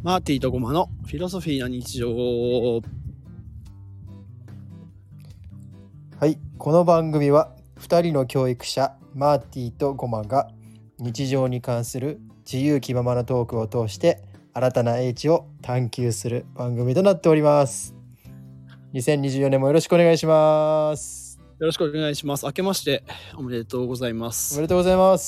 マーティとゴマのフィロソフィーな日常。 はい、この番組は2人の教育者マーティとゴマが日常に関する自由気ままなトークを通して新たな英知を探求する番組となっております。2024年もよろしくお願いします。 よろしくお願いします。明けましておめでとうございまおす。 めでとうございます。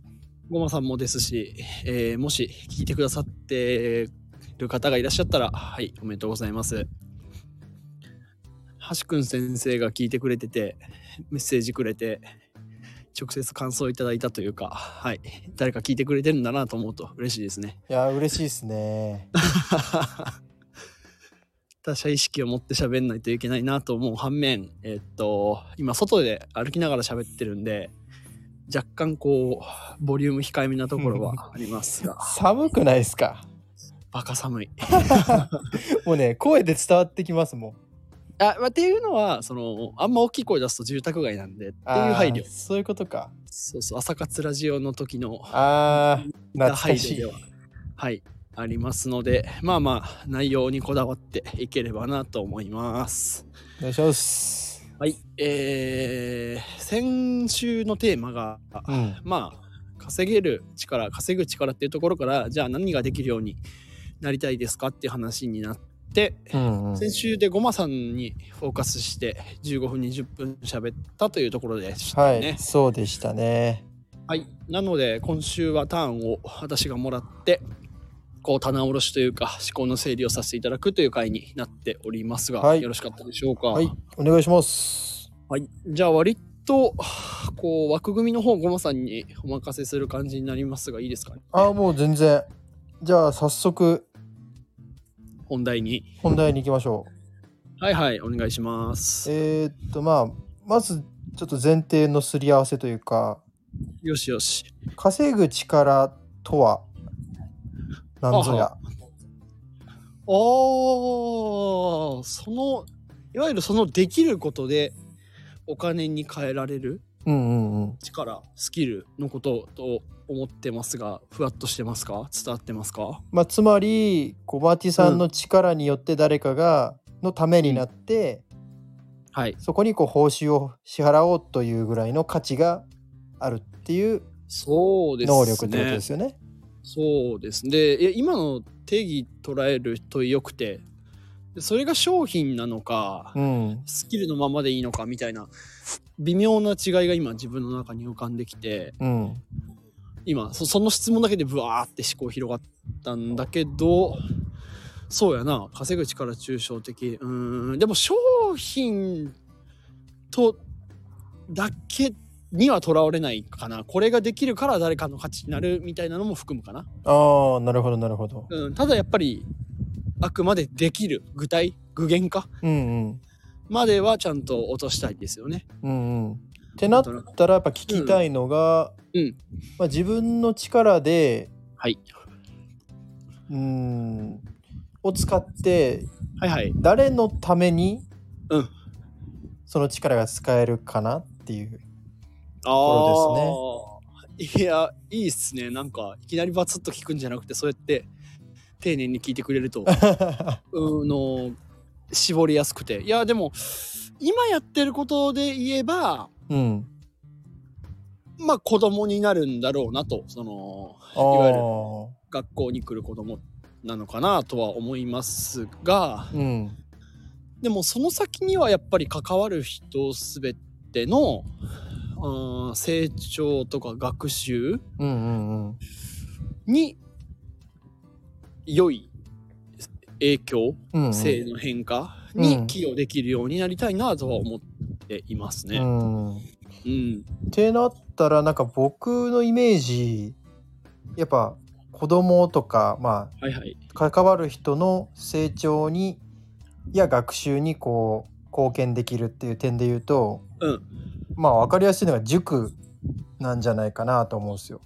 ゴマさんもですし、もし聞いてくださってる方がいらっしゃったら、はい、おめでとうございます。はしくん先生が聞いてくれてて、メッセージくれて、直接感想いただいたというか、はい、誰か聞いてくれてるんだなと思うと嬉しいですね。 いや嬉しいですね。 他者意識を持って喋んないといけないなと思う反面、今外で歩きながら喋ってるんで、若干こうボリューム控えめなところはありますが寒くないですか？ バカ寒い。 もうね、声で伝わってきますもん。 っていうのはあんま大きい声出すと住宅街なんでっていう配慮。 そういうことか。 そうそう、朝活ラジオの時の懐かしいでは、はいありますので、まあまあ内容にこだわっていければなと思います。 お願いします。 はい、先週のテーマが、まあ稼ぐ力っていうところから、じゃあ何ができるようになりたいですかっていう話になって、先週でゴマさんにフォーカスして15分20分喋ったというところでしたね。 はい、そうでしたね。 はい、なので今週はターンを私がもらって、こう棚卸しというか思考の整理をさせていただくという回になっておりますが、よろしかったでしょうか？ はい、お願いします。 はい、じゃあ割とこう枠組みの方ゴマさんにお任せする感じになりますがいいですかね？ もう全然。じゃあ早速本題に行きましょう。はいはい、お願いします。 まずちょっと前提のすり合わせというか、 よしよし。 稼ぐ力とは何ぞや。 いわゆるそのできることでお金に換えられる力、スキルのことと思ってますが、ふわっとしてますか？伝わってますか？ つまりマーティさんの力によって誰かがのためになって、 はい、 そこに報酬を支払おうというぐらいの価値があるっていう能力ってことですよね。 そうですね。で、今の定義捉えるとよくて、それが商品なのか、スキルのままでいいのかみたいな微妙な違いが今自分の中に浮かんできて、今その質問だけでブワーって思考広がったんだけど、そうやな、稼ぐ力抽象的。でも商品とだけにはとらわれないかな。これができるから誰かの価値になるみたいなのも含むかな。 なるほどなるほど。 ただやっぱりあくまでできる具現化、まではちゃんと落としたいですよね。 ってなったらやっぱ聞きたいのが、自分の力で、を使って、誰のために、その力が使えるかなっていうところですね。いや、いいっすね。なんかいきなりバツッと聞くんじゃなくて、そうやって丁寧に聞いてくれると絞りやすくて。いやでも今やってることで言えば、まあ子供になるんだろうなと、いわゆる学校に来る子供なのかなとは思いますが、でもその先にはやっぱり関わる人すべての成長とか学習に良い影響、性の変化に寄与できるようになりたいなとは思っていますね。 ってなったら、なんか僕のイメージ、やっぱ子供とか関わる人の成長にや学習に貢献できるっていう点で言うと、分かりやすいのが塾なんじゃないかなと思うんですよ。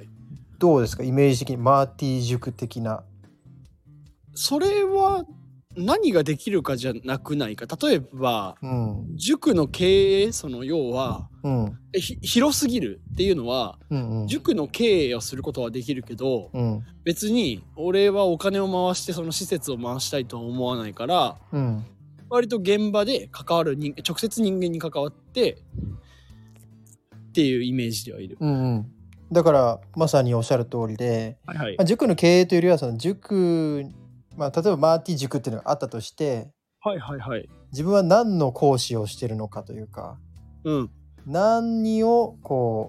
どうですか、イメージ的にマーティ塾的な。 それは何ができるかじゃなくないか。例えば、塾の経営、その要は、広すぎるっていうのは、塾の経営をすることはできるけど、別に俺はお金を回してその施設を回したいとは思わないから、割と現場で関わる直接人間に関わってっていうイメージではいる。 だからまさにおっしゃる通りで、塾の経営というよりはその塾、例えばマーティ塾っていうのがあったとして、自分は何の講師をしてるのかというか、何をこ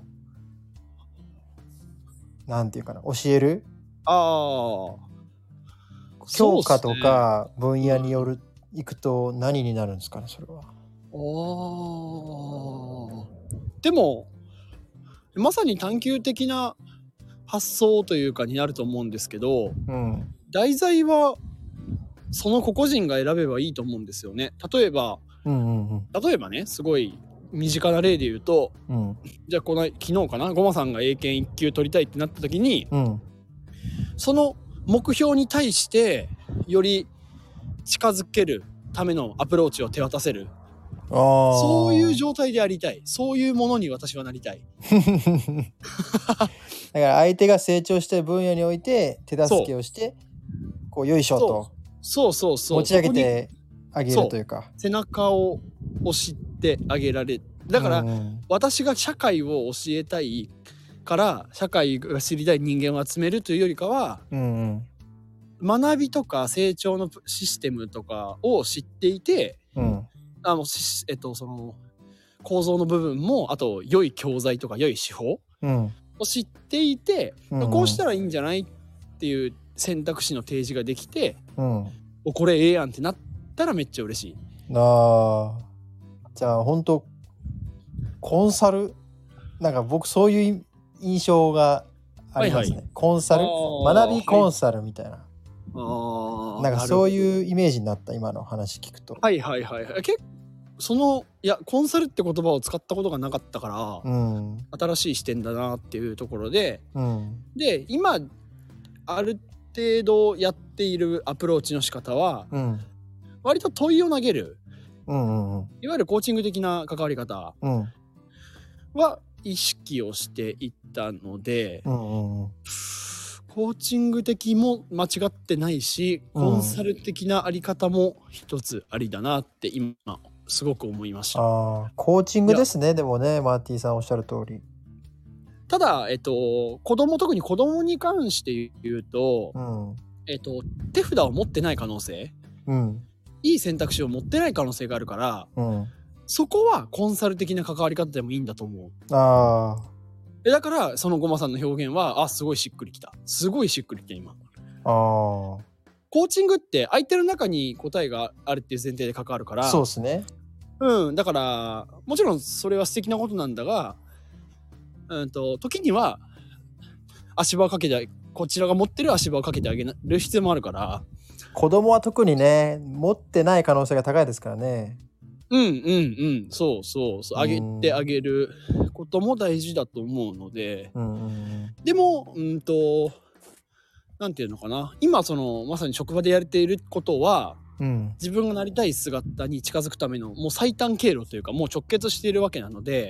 うなんていうかな、教える、教科とか分野による、いくと何になるんですかね、それは。 でもまさに探究的な発想というかになると思うんですけど、題材はその個々人が選べばいいと思うんですよね。例えばね、すごい身近な例で言うと、じゃあ昨日かな、ゴマさんが英検1級取りたいってなった時に、その目標に対してより近づけるためのアプローチを手渡せる、そういう状態でありたい。そういうものに私はなりたい。 だから相手が成長した分野において手助けをして、こうよいしょと持ち上げてあげるというか、 背中を押してあげられる。だから、私が社会を教えたいから社会が知りたい人間を集めるというよりかは、学びとか成長のシステムとかを知っていて、その構造の部分も、あと良い教材とか良い手法を知っていて、こうしたらいいんじゃないっていう選択肢の提示ができて、これええやんってなったらめっちゃ嬉しい。じゃあ本当コンサル、なんか僕そういう印象がありますね。コンサル、学びコンサルみたいな。なんかそういうイメージになった、今の話聞くと。 コンサルって言葉を使ったことがなかったから、新しい視点だなっていうところで、で今ある程度やっているアプローチの仕方は、割と問いを投げる、いわゆるコーチング的な関わり方は意識をしていったので、コーチング的も間違ってないし、コンサル的なあり方も一つありだなって今すごく思いました。 コーチングですね。でもね、マーティさんおっしゃる通り。 ただ特に子供に関して言うと、手札を持ってない可能性、いい選択肢を持ってない可能性があるから、そこはコンサル的な関わり方でもいいんだと思う。だからそのゴマさんの表現はすごいしっくりきた。すごいしっくりきた今。コーチングって相手の中に答えがあるっていう前提で関わるから。 そうですね。 だからもちろんそれは素敵なことなんだが、時には足場をかけて、こちらが持ってる足場をかけてあげる必要もあるから。 子供は特にね、持ってない可能性が高いですからね。 そうあげてあげることも大事だと思うので、でもなんていうのかな、今そのまさに職場でやれていることは、自分がなりたい姿に近づくためのもう最短経路というか、もう直結しているわけなので、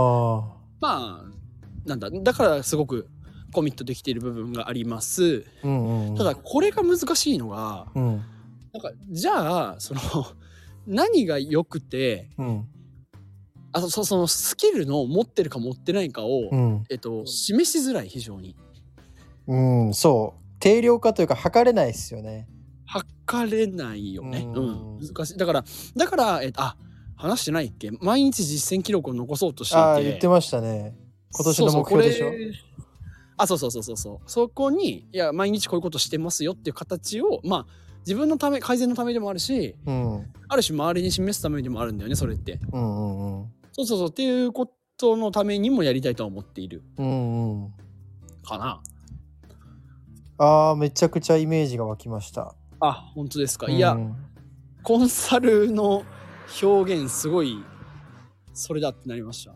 だからすごくコミットできている部分があります。ただこれが難しいのが、なんかじゃあその何が良くて、そのスキルの持ってるか持ってないかを、示しづらい、非常に。 そう定量化というか測れないですよね。 測れないよね。難しい。だから話してないっけ、毎日実践記録を残そうとしていて。 言ってましたね。今年の目標でしょ。 そうそこに毎日こういうことしてますよっていう形を、自分のため、改善のためでもあるし、ある種周りに示すためでもあるんだよね、それって。そうっていうことのためにもやりたいとは思っているかな。 めちゃくちゃイメージが湧きました。 本当ですか。いや、コンサルの表現すごいそれだってなりました。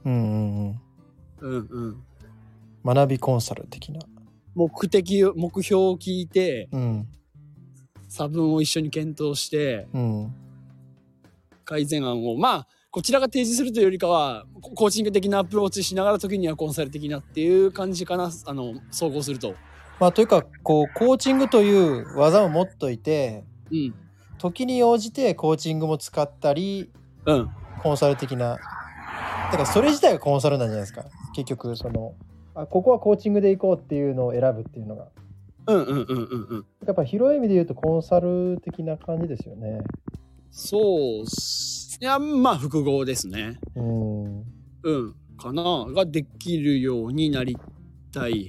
学びコンサル的な目標を聞いて、 差分を一緒に検討して、改善案をこちらが提示するというよりかはコーチング的なアプローチしながら時にはコンサル的なっていう感じかな、総合すると。 というかコーチングという技を持っといて、時に応じてコーチングも使ったり、コンサル的な、だからそれ自体がコンサルなんじゃないですか。結局ここはコーチングでいこうっていうのを選ぶっていうのが、やっぱ広い意味で言うとコンサル的な感じですよね。 そう、いや複合ですね。かなができるようになりたい。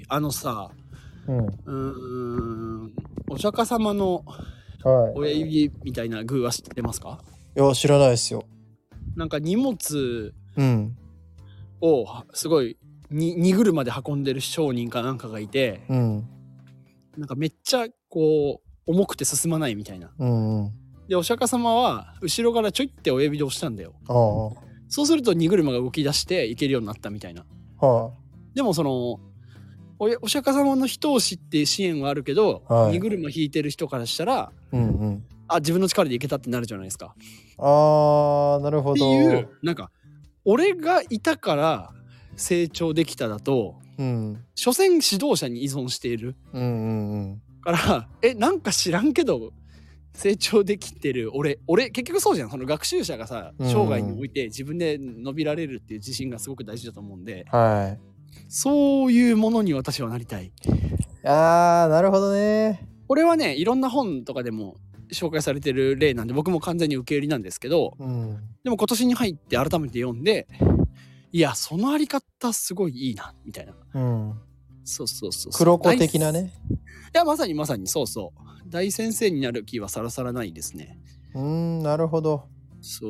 お釈迦様の親指みたいな具は知ってますか？ いや知らないですよ。 なんか荷物をすごい荷車で運んでる商人かなんかがいて、なんかめっちゃ重くて進まないみたいな。でお釈迦様は後ろからちょいって親指で押したんだよ。そうすると荷車が動き出して行けるようになったみたいな。でもお釈迦様の一押しっていう支援はあるけど、荷車引いてる人からしたら、自分の力で行けたってなるじゃないですか。 なるほど。っていうなんか俺がいたから成長できただと、所詮指導者に依存している、からなんか知らんけど成長できてる俺結局そうじゃん。その学習者がさ、生涯において自分で伸びられるっていう自信がすごく大事だと思うんで、そういうものに私はなりたい。 なるほどね。 これはねいろんな本とかでも紹介されてる例なんで僕も完全に受け売りなんですけど、でも今年に入って改めて読んで、いやそのあり方すごいいいなみたいな。そう黒子的なね。 いやまさにそう大先生になる気はさらさらないですね。 なるほど。 そう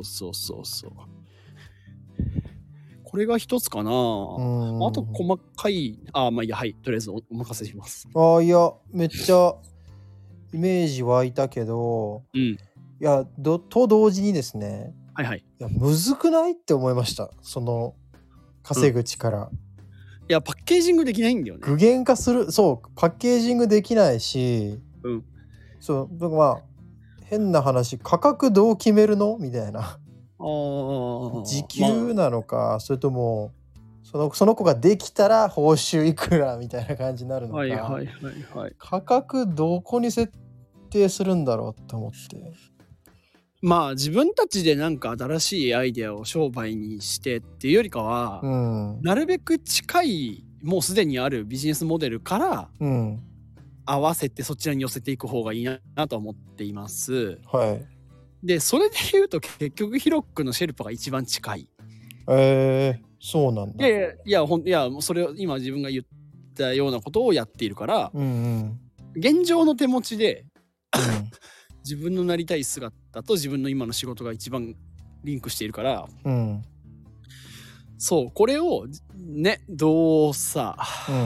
これが一つかな。あと細かいいや、とりあえずお任せします。 いやめっちゃイメージ湧いたけど、いやと同時にですね、いやむずくないって思いました。稼ぐ力、 いやパッケージングできないんだよね。 具現化する、パッケージングできないし、変な話、価格どう決めるのみたいな。時給なのか、それともその子ができたら報酬いくらみたいな感じになるのか、価格どこに設定するんだろうと思って、 自分たちでなんか新しいアイデアを商売にしてっていうよりかは、なるべく近いもうすでにあるビジネスモデルから、合わせてそちらに寄せていく方がいいなと思っています。でそれで言うと結局ヒロックのシェルパが一番近い。 そうなんだ。 いやそれを今自分が言ったようなことをやっているから、現状の手持ちで、自分のなりたい姿と自分の今の仕事が一番リンクしているから、これをねどうさ、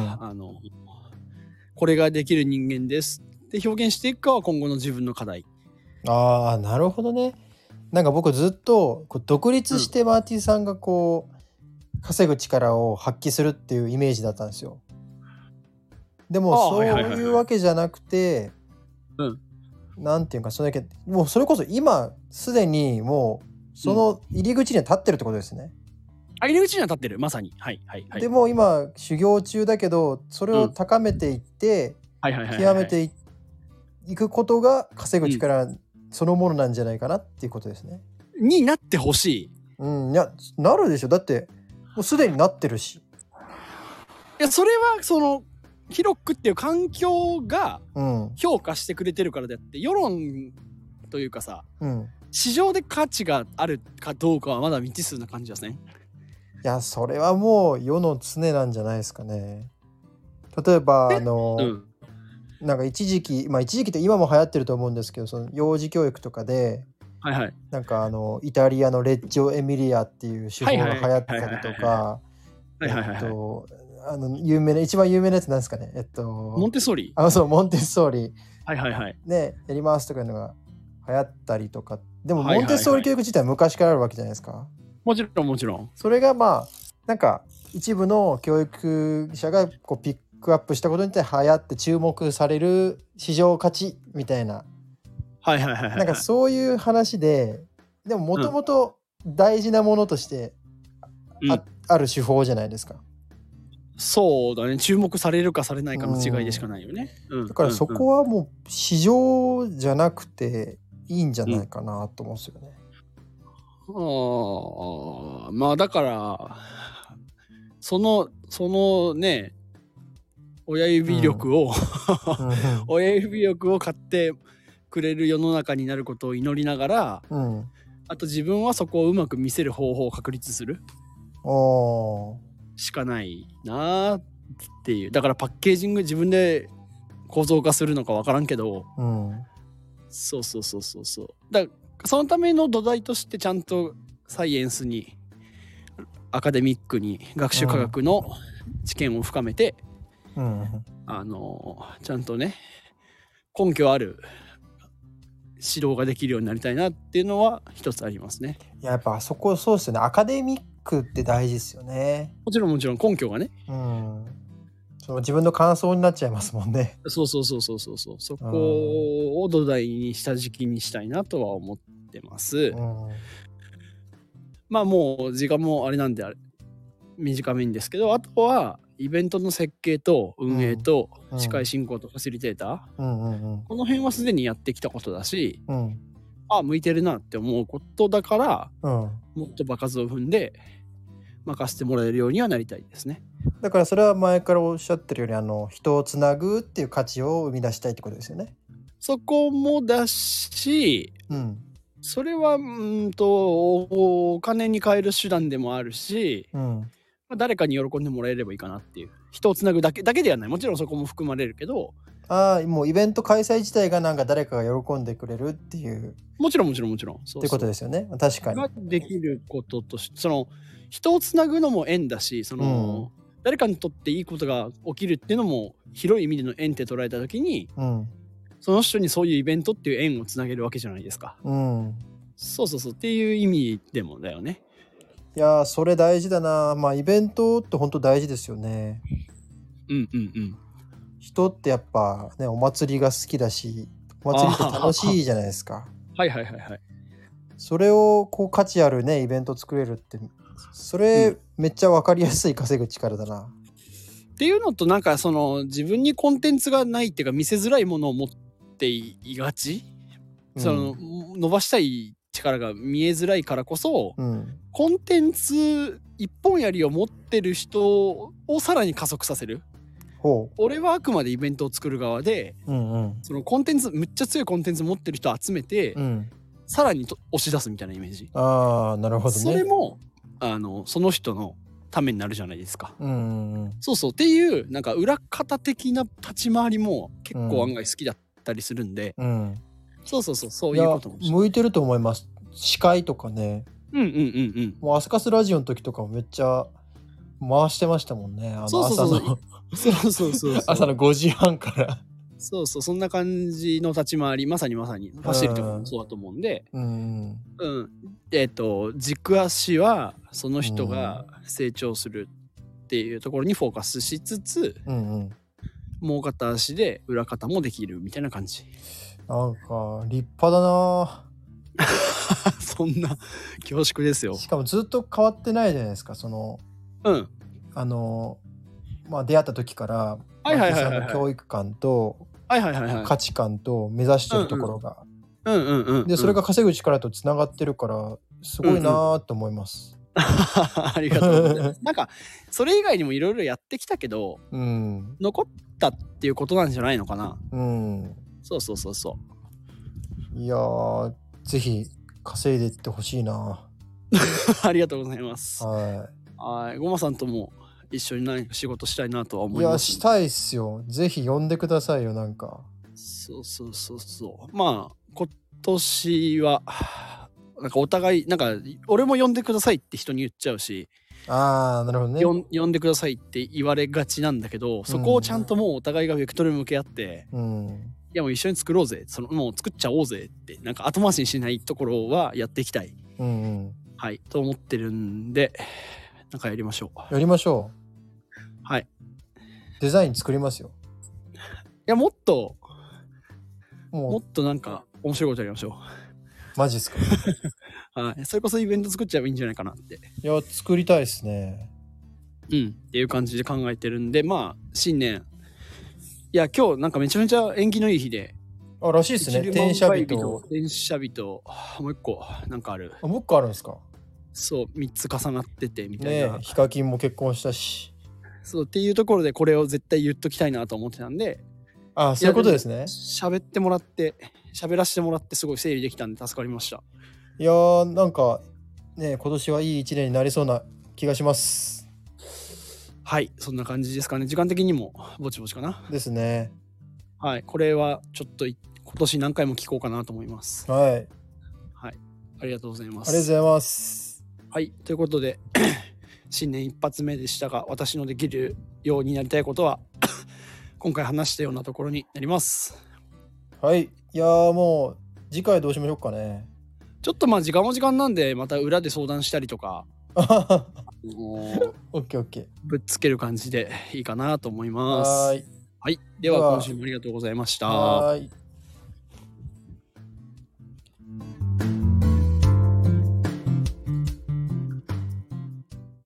これができる人間ですって表現していくかは今後の自分の課題。 なるほどね。なんか僕ずっと独立してマーティさんが稼ぐ力を発揮するっていうイメージだったんですよ。でもそういうわけじゃなくて、なんていうか、それだけもうそれこそ今すでにもうその入り口には立ってるってことですね。 入り口には立ってる、まさに。 でも今修行中だけど、それを高めていって、極めていくことが稼ぐ力そのものなんじゃないかなっていうことですね。 になってほしい。 いやなるでしょ。だってもうすでになってるし。 いやそれはヒロックっていう環境が評価してくれてるからであって、世論というかさ、市場で価値があるかどうかはまだ未知数な感じですね。 いやそれはもう世の常なんじゃないですかね。例えばなんか一時期って今も流行ってると思うんですけど、その幼児教育とかで、なんかイタリアのレッジオ・エミリアっていう手法が流行ったりとか、一番有名なやつなんですかね。 モンテッソーリ。 そうモンテッソーリ。ね、やりますとかいうのが流行ったりとか。でもモンテッソーリ教育自体は昔からあるわけじゃないですか。 もちろん。 それがなんか一部の教育者がピックアップしたことによって流行って注目される市場価値みたいなはいはいはいはい。 なんかそういう話で、でももともと大事なものとして ある手法じゃないですか。 そうだね。注目されるかされないかの違いでしかないよね。 だからそこはもう市場じゃなくていいんじゃないかなと思うんですよね。 まあだからそのね親指力を親指力を買ってくれる世の中になることを祈りながら、あと自分はそこをうまく見せる方法を確立するしかないなっていう。だからパッケージング自分で構造化するのか分からんけど、そうだからそのための土台としてちゃんとサイエンスにアカデミックに学習科学の知見を深めて、ちゃんとね根拠ある指導ができるようになりたいなっていうのは一つありますね。 やっぱあそこそうですよね。アカデミックって大事ですよね。 もちろん根拠がね。 その自分の感想になっちゃいますもんね。 そうそこを土台に下敷きにしたいなとは思ってます。まあもう時間もあれなんで短めんですけど、あとはイベントの設計と運営と司会進行とファシリテーター、この辺はすでにやってきたことだし、向いてるなって思うことだから、もっと場数を踏んで任せてもらえるようにはなりたいですね。 だからそれは前からおっしゃってるように人をつなぐっていう価値を生み出したいってことですよね。 そこもだし、それはお金に換える手段でもあるし、誰かに喜んでもらえればいいかなっていう。人をつなぐだけではない。もちろんそこも含まれるけど。 もうイベント開催自体がなんか誰かが喜んでくれるっていう。 もちろん。っていうことですよね。確かに。 ができることとして、人をつなぐのも縁だし、誰かにとっていいことが起きるっていうのも広い意味での縁って捉えた時に、その人にそういうイベントっていう縁をつなげるわけじゃないですか。そうっていう意味でもだよね。 いやそれ大事だな。まあイベントって本当大事ですよね。人ってやっぱねお祭りが好きだし、お祭りって楽しいじゃないですか。 はいそれを価値あるねイベント作れるってそれ、めっちゃ分かりやすい稼ぐ力だなっていうのと、なんか自分にコンテンツがないっていうか見せづらいものを持っていがち、伸ばしたい力が見えづらいからこそ、コンテンツ一本槍を持ってる人をさらに加速させる。俺はあくまでイベントを作る側で、そのコンテンツむっちゃ強いコンテンツ持ってる人を集めて、さらに押し出すみたいなイメージ。 なるほどね。 それもその人のためになるじゃないですか。そうっていうなんか裏方的な立ち回りも結構案外好きだったりするんで、そういうことも向いてると思います。司会とかね。もうアスカスラジオの時とかもめっちゃ回してましたもんね。朝の朝の5時半からそんな感じの立ち回り、まさにファシリティもそうだと思うんで、軸足はその人が成長するっていうところにフォーカスしつつ、もう片足で裏方もできるみたいな感じ。 なんか立派だなそんな恐縮ですよ。 しかもずっと変わってないじゃないですか。出会った時から教育観と価値観と目指してるところが、でそれが稼ぐ力とつながってるからすごいなと思います。 ありがとうございます。なんかそれ以外にもいろいろやってきたけど、残ったっていうことなんじゃないのかな。 いやぜひ稼いでいってほしいな。 ありがとうございます。ごまさんとも一緒に何か仕事したいなとは思います。 いやしたいっすよ。ぜひ呼んでくださいよ。なんかまあ今年はなんかお互いなんか俺も呼んでくださいって人に言っちゃうし、 なるほどね。 呼んでくださいって言われがちなんだけど、そこをちゃんともうお互いがベクトル向け合って、いやもう一緒に作ろうぜ、もう作っちゃおうぜってなんか後回しにしないところはやっていきたい、と思ってるんで、なんかやりましょう。デザイン作りますよ。 いやもっとなんか面白いことやりましょう。 マジっすか。 はい。それこそイベント作っちゃえばいいんじゃないかなって。 いや、作りたいですね。 っていう感じで考えてるんで、まあ、新年。いや、今日なんかめちゃめちゃ縁起のいい日で。 あ、らしいですね。転写日と。 転写日と、もう一個、なんかある。 もう一個あるんですか？ そう、3つ重なってて、みたいな。 ヒカキンも結婚したし。 そう、っていうところでこれを絶対言っときたいなと思ってたんで。 あ、そういうことですね。 喋ってもらって、喋らせてもらってすごい整理できたんで助かりました。 いやー、なんか、ね、今年はいい1年になりそうな気がします。 はい、そんな感じですかね。時間的にもぼちぼちかな。 ですね。 はい、これはちょっと今年何回も聞こうかなと思います。 はい。 はい、ありがとうございます。 ありがとうございます。 はい、ということで新年一発目でしたが、私のできるようになりたいことは今回話したようなところになります。 はい、いやーもう次回どうしましょうかね。 ちょっとまあ時間も時間なんでまた裏で相談したりとかオッケーオッケー。 ぶっつける感じでいいかなと思います。 はい。 はい、では今週もありがとうございました。 はい。